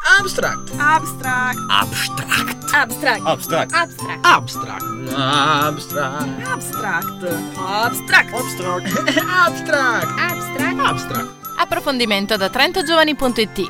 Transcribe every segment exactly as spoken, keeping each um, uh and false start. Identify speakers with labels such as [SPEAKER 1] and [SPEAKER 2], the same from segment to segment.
[SPEAKER 1] Abstract.
[SPEAKER 2] Abstract.
[SPEAKER 1] Abstract.
[SPEAKER 3] Abstract.
[SPEAKER 1] Abstract.
[SPEAKER 3] Abstract.
[SPEAKER 1] Abstract. Abstract.
[SPEAKER 2] Abstract. Abstract.
[SPEAKER 1] Abstract. Abstract.
[SPEAKER 3] Abstract.
[SPEAKER 1] Abstract.
[SPEAKER 4] Approfondimento da trentogiovani punto it.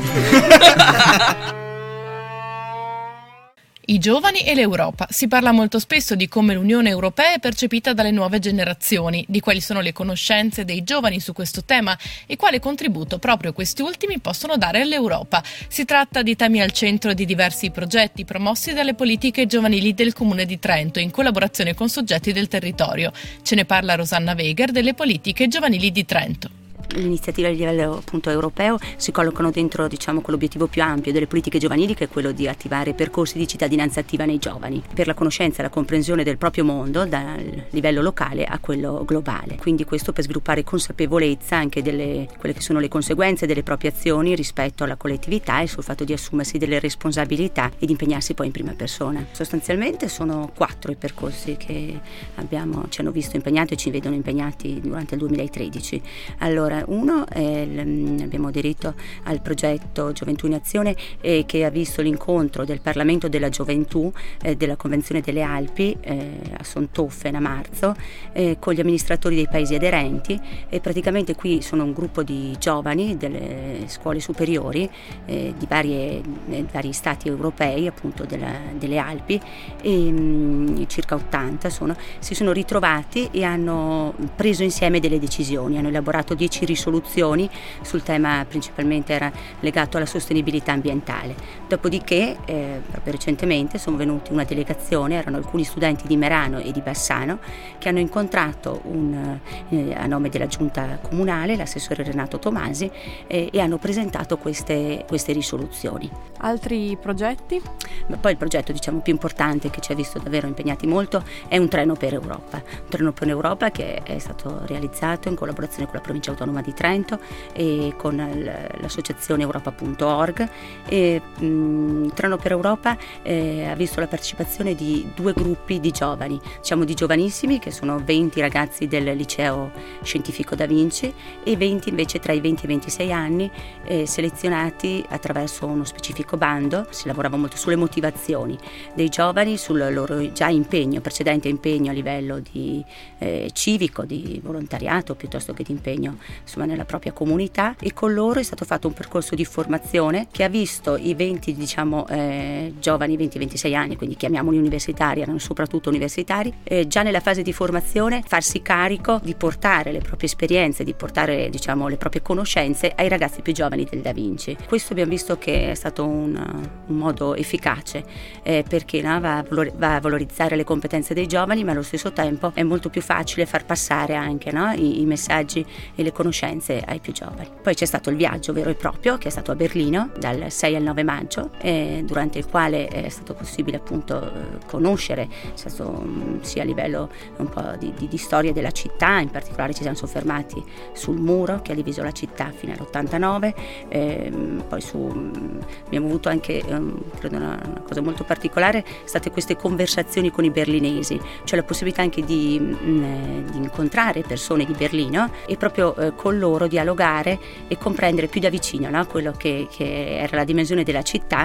[SPEAKER 4] I giovani e l'Europa. Si parla molto spesso di come l'Unione Europea è percepita dalle nuove generazioni, di quali sono le conoscenze dei giovani su questo tema e quale contributo proprio questi ultimi possono dare all'Europa. Si tratta di temi al centro di diversi progetti promossi dalle politiche giovanili del Comune di Trento in collaborazione con soggetti del territorio. Ce ne parla Rosanna Weger delle politiche giovanili di Trento.
[SPEAKER 5] Le iniziative a livello appunto europeo si collocano dentro, diciamo, quell'obiettivo più ampio delle politiche giovanili, che è quello di attivare percorsi di cittadinanza attiva nei giovani per la conoscenza e la comprensione del proprio mondo dal livello locale a quello globale. Quindi questo per sviluppare consapevolezza anche delle quelle che sono le conseguenze delle proprie azioni rispetto alla collettività e sul fatto di assumersi delle responsabilità ed impegnarsi poi in prima persona. Sostanzialmente sono quattro i percorsi che abbiamo, ci hanno visto impegnati e ci vedono impegnati durante il duemilatredici. Allora, uno è, abbiamo aderito al progetto Gioventù in Azione, eh, che ha visto l'incontro del Parlamento della Gioventù eh, della Convenzione delle Alpi eh, a Sonthofen a marzo eh, con gli amministratori dei paesi aderenti, e praticamente qui sono un gruppo di giovani delle scuole superiori eh, di varie, eh, vari stati europei appunto della, delle Alpi, e mh, circa ottanta sono, si sono ritrovati e hanno preso insieme delle decisioni, hanno elaborato dieci risoluzioni sul tema, principalmente era legato alla sostenibilità ambientale. Dopodiché eh, proprio recentemente sono venuti una delegazione, erano alcuni studenti di Merano e di Bassano, che hanno incontrato un, eh, a nome della giunta comunale l'assessore Renato Tomasi eh, e hanno presentato queste, queste risoluzioni.
[SPEAKER 4] Altri progetti?
[SPEAKER 5] Ma poi il progetto, diciamo, più importante, che ci ha visto davvero impegnati molto, è un treno per Europa. Un treno per Europa che è stato realizzato in collaborazione con la provincia autonoma di Trento e con l'associazione europa punto org. E, mh, Treno per Europa eh, ha visto la partecipazione di due gruppi di giovani, diciamo di giovanissimi, che sono venti ragazzi del liceo scientifico Da Vinci e venti invece tra i venti e i ventisei anni, eh, selezionati attraverso uno specifico bando. Si lavorava molto sulle motivazioni dei giovani, sul loro già impegno, precedente impegno a livello di eh, civico, di volontariato piuttosto che di impegno insomma nella propria comunità, e con loro è stato fatto un percorso di formazione che ha visto i venti, diciamo, eh, giovani, venti ventisei anni, quindi chiamiamoli universitari, erano soprattutto universitari, eh, già nella fase di formazione farsi carico di portare le proprie esperienze, di portare, diciamo, le proprie conoscenze ai ragazzi più giovani del Da Vinci. Questo abbiamo visto che è stato un, un modo efficace eh, perché no, va, a valor- va a valorizzare le competenze dei giovani, ma allo stesso tempo è molto più facile far passare anche no, i, i messaggi e le conoscenze ai più giovani. Poi c'è stato il viaggio vero e proprio, che è stato a Berlino dal sei al nove maggio, eh, durante il quale è stato possibile appunto eh, conoscere, è stato, mh, sia a livello un po' di, di, di storia della città, in particolare ci siamo soffermati sul muro che ha diviso la città fino all'ottantanove, eh, poi su, mh, abbiamo avuto anche, um, credo una, una cosa molto particolare, state queste conversazioni con i berlinesi, cioè la possibilità anche di, mh, di incontrare persone di Berlino e proprio eh, con loro dialogare e comprendere più da vicino no? quello che, che era la dimensione della città.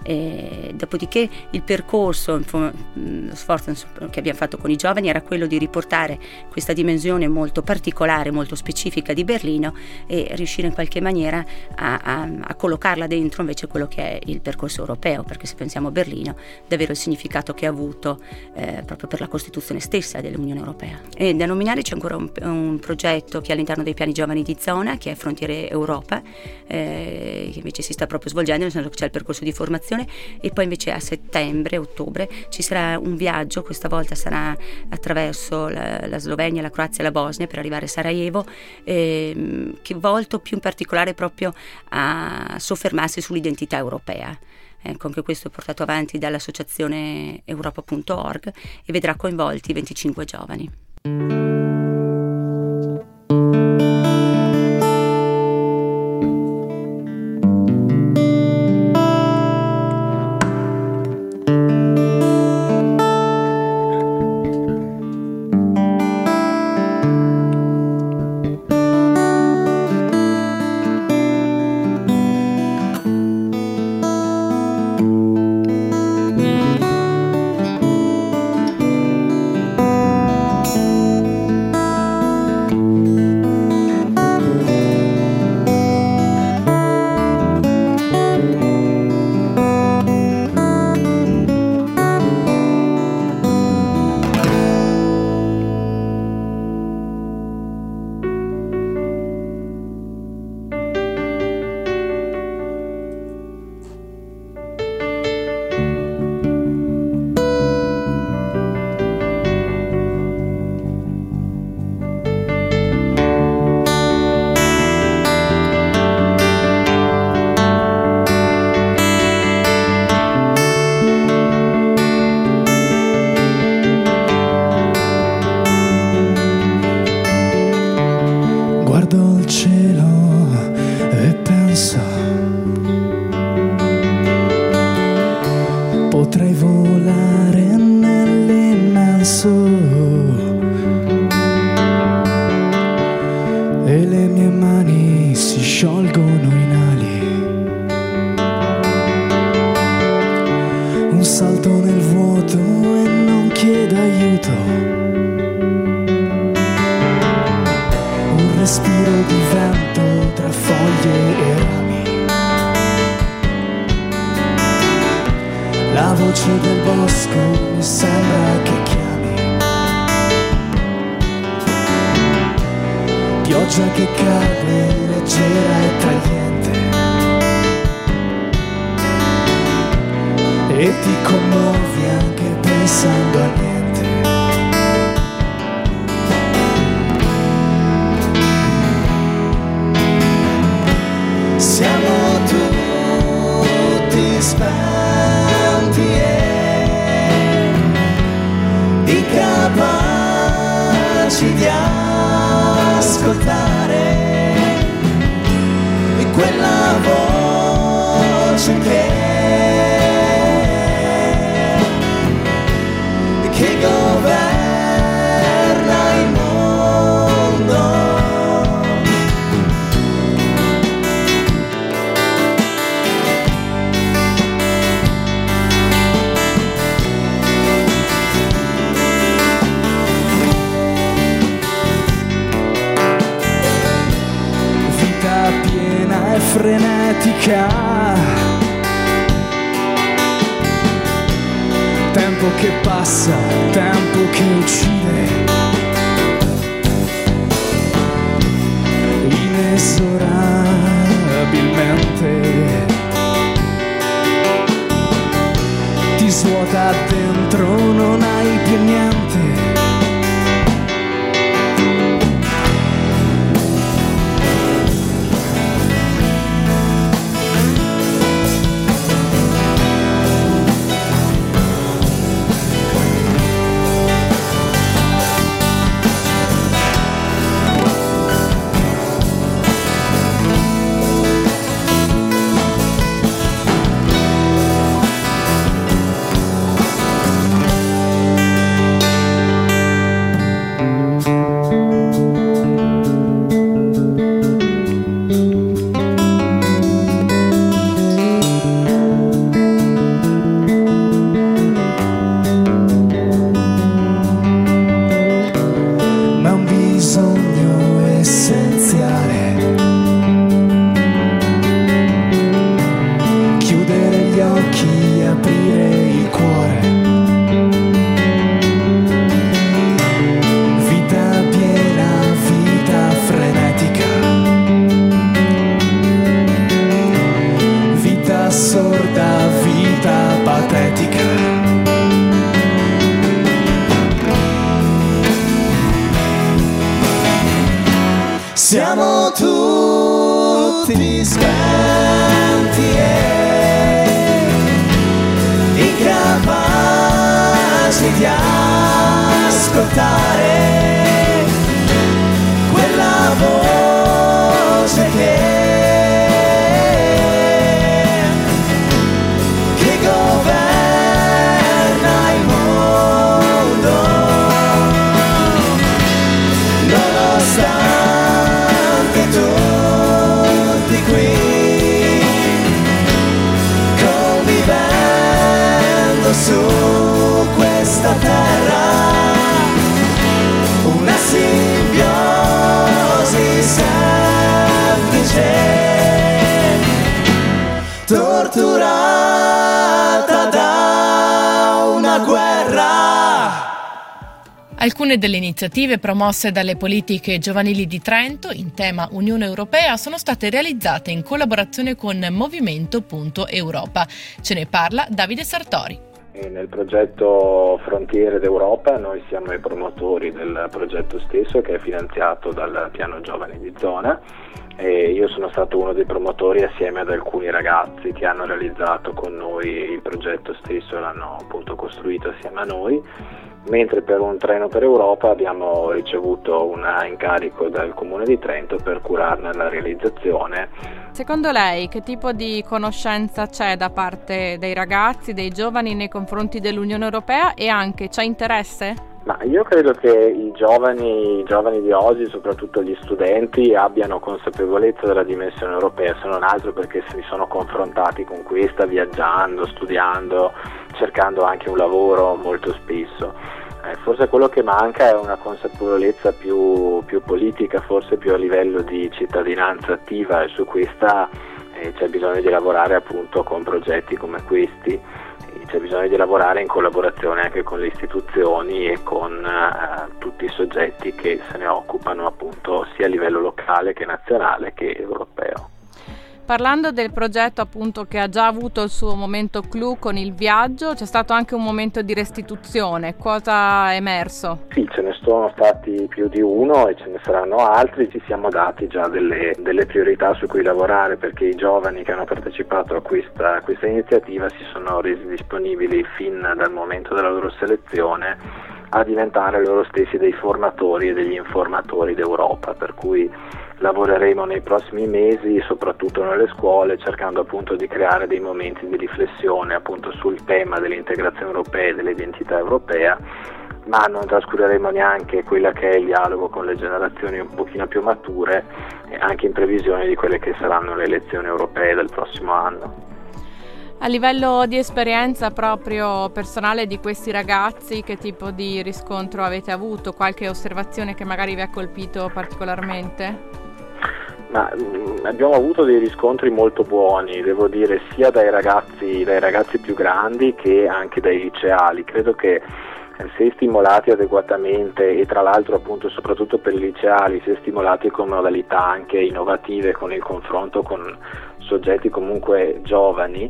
[SPEAKER 5] E dopodiché il percorso, lo sforzo che abbiamo fatto con i giovani era quello di riportare questa dimensione molto particolare, molto specifica di Berlino e riuscire in qualche maniera a, a, a collocarla dentro invece quello che è il percorso europeo, perché se pensiamo a Berlino, davvero il significato che ha avuto eh, proprio per la Costituzione stessa dell'Unione Europea. E da nominare c'è ancora un, un progetto che è all'interno dei piani giovani di zona, che è Frontiere Europa, eh, che invece si sta proprio svolgendo, nel senso che c'è il percorso di formazione, e poi invece a settembre, ottobre ci sarà un viaggio, questa volta sarà attraverso la, la Slovenia, la Croazia e la Bosnia per arrivare a Sarajevo, eh, che volto più in particolare proprio a soffermarsi sull'identità europea. Ecco, anche questo è portato avanti dall'associazione europa punto org e vedrà coinvolti venticinque giovani.
[SPEAKER 3] e le mie mani si sciolgono in ali. Un salto nel vuoto e non chiedo aiuto. Un respiro di vento tra foglie e rami. La voce del bosco mi sembra che chiami. Pioggia che cade leggera e tagliente e ti commuovi anche pensando a niente. Siamo tutti spenti e incapaci di ascoltare e quella voce che che governa il mondo. Vita piena e frenetica, tempo che passa, tempo che uccide, inesorabilmente ti svuota dentro, non hai più niente. Siamo tutti spenti e incapaci di ascoltare quella voce che che governa il mondo, nonostante tutti qui convivendo su questa terra, una simbiosi semplice, torturata da una guerra.
[SPEAKER 4] Alcune delle iniziative promosse dalle politiche giovanili di Trento in tema Unione Europea sono state realizzate in collaborazione con Movimento punto Europa. Ce ne parla Davide Sartori.
[SPEAKER 6] Nel progetto Frontiere d'Europa noi siamo i promotori del progetto stesso, che è finanziato dal Piano Giovani di Zona, e io sono stato uno dei promotori assieme ad alcuni ragazzi che hanno realizzato con noi il progetto stesso e l'hanno appunto costruito assieme a noi. Mentre per un treno per Europa abbiamo ricevuto un incarico dal Comune di Trento per curarne la realizzazione.
[SPEAKER 7] Secondo lei che tipo di conoscenza c'è da parte dei ragazzi, dei giovani nei confronti dell'Unione Europea, e anche c'è interesse?
[SPEAKER 6] Ma io credo che i giovani, i giovani di oggi, soprattutto gli studenti, abbiano consapevolezza della dimensione europea, se non altro perché si sono confrontati con questa viaggiando, studiando, cercando anche un lavoro molto spesso. Eh, forse quello che manca è una consapevolezza più, più politica, forse più a livello di cittadinanza attiva, e su questa eh, c'è bisogno di lavorare appunto con progetti come questi. C'è bisogno di lavorare in collaborazione anche con le istituzioni e con eh, tutti i soggetti che se ne occupano appunto sia a livello locale che nazionale che europeo.
[SPEAKER 7] Parlando del progetto appunto che ha già avuto il suo momento clou con il viaggio, c'è stato anche un momento di restituzione. Cosa è emerso?
[SPEAKER 6] Sì, ce ne sono stati più di uno e ce ne saranno altri. Ci siamo dati già delle, delle priorità su cui lavorare, perché i giovani che hanno partecipato a questa, a questa iniziativa si sono resi disponibili fin dal momento della loro selezione a diventare loro stessi dei formatori e degli informatori d'Europa, per cui lavoreremo nei prossimi mesi soprattutto nelle scuole, cercando appunto di creare dei momenti di riflessione appunto sul tema dell'integrazione europea e dell'identità europea, ma non trascureremo neanche quella che è il dialogo con le generazioni un pochino più mature, e anche in previsione di quelle che saranno le elezioni europee del prossimo anno.
[SPEAKER 7] A livello di esperienza proprio personale di questi ragazzi, che tipo di riscontro avete avuto? Qualche osservazione che magari vi ha colpito particolarmente?
[SPEAKER 6] Ma, mh, abbiamo avuto dei riscontri molto buoni, devo dire, sia dai ragazzi, dai ragazzi più grandi che anche dai liceali. Credo che se stimolati adeguatamente, e tra l'altro appunto soprattutto per i liceali, se stimolati con modalità anche innovative, con il confronto con soggetti comunque giovani,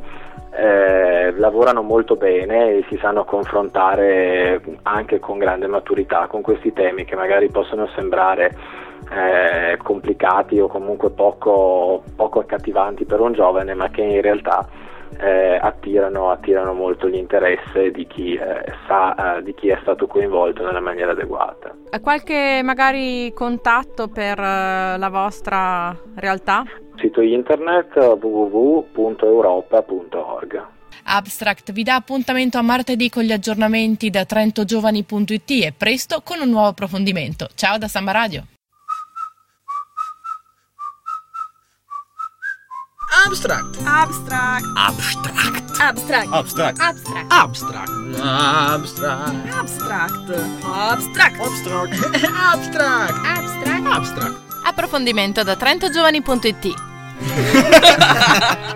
[SPEAKER 6] eh, lavorano molto bene e si sanno confrontare anche con grande maturità con questi temi che magari possono sembrare eh, complicati o comunque poco, poco accattivanti per un giovane, ma che in realtà Eh, attirano, attirano molto l'interesse di chi eh, sa, eh, di chi è stato coinvolto nella maniera adeguata.
[SPEAKER 7] Qualche magari contatto per eh, la vostra realtà?
[SPEAKER 6] Sito internet w w w punto europa punto org.
[SPEAKER 4] Abstract vi dà appuntamento a martedì con gli aggiornamenti da trentogiovani punto it e presto con un nuovo approfondimento. Ciao da Samba Radio.
[SPEAKER 1] Abstract.
[SPEAKER 2] Abstract.
[SPEAKER 1] Abstract.
[SPEAKER 2] Abstract.
[SPEAKER 1] Abstract.
[SPEAKER 2] Abstract.
[SPEAKER 1] Abstract. Abstract.
[SPEAKER 2] Abstract. Abstract.
[SPEAKER 1] Abstract. Abstract.
[SPEAKER 2] Abstract.
[SPEAKER 1] Abstract.
[SPEAKER 7] Approfondimento da trentogiovani punto it.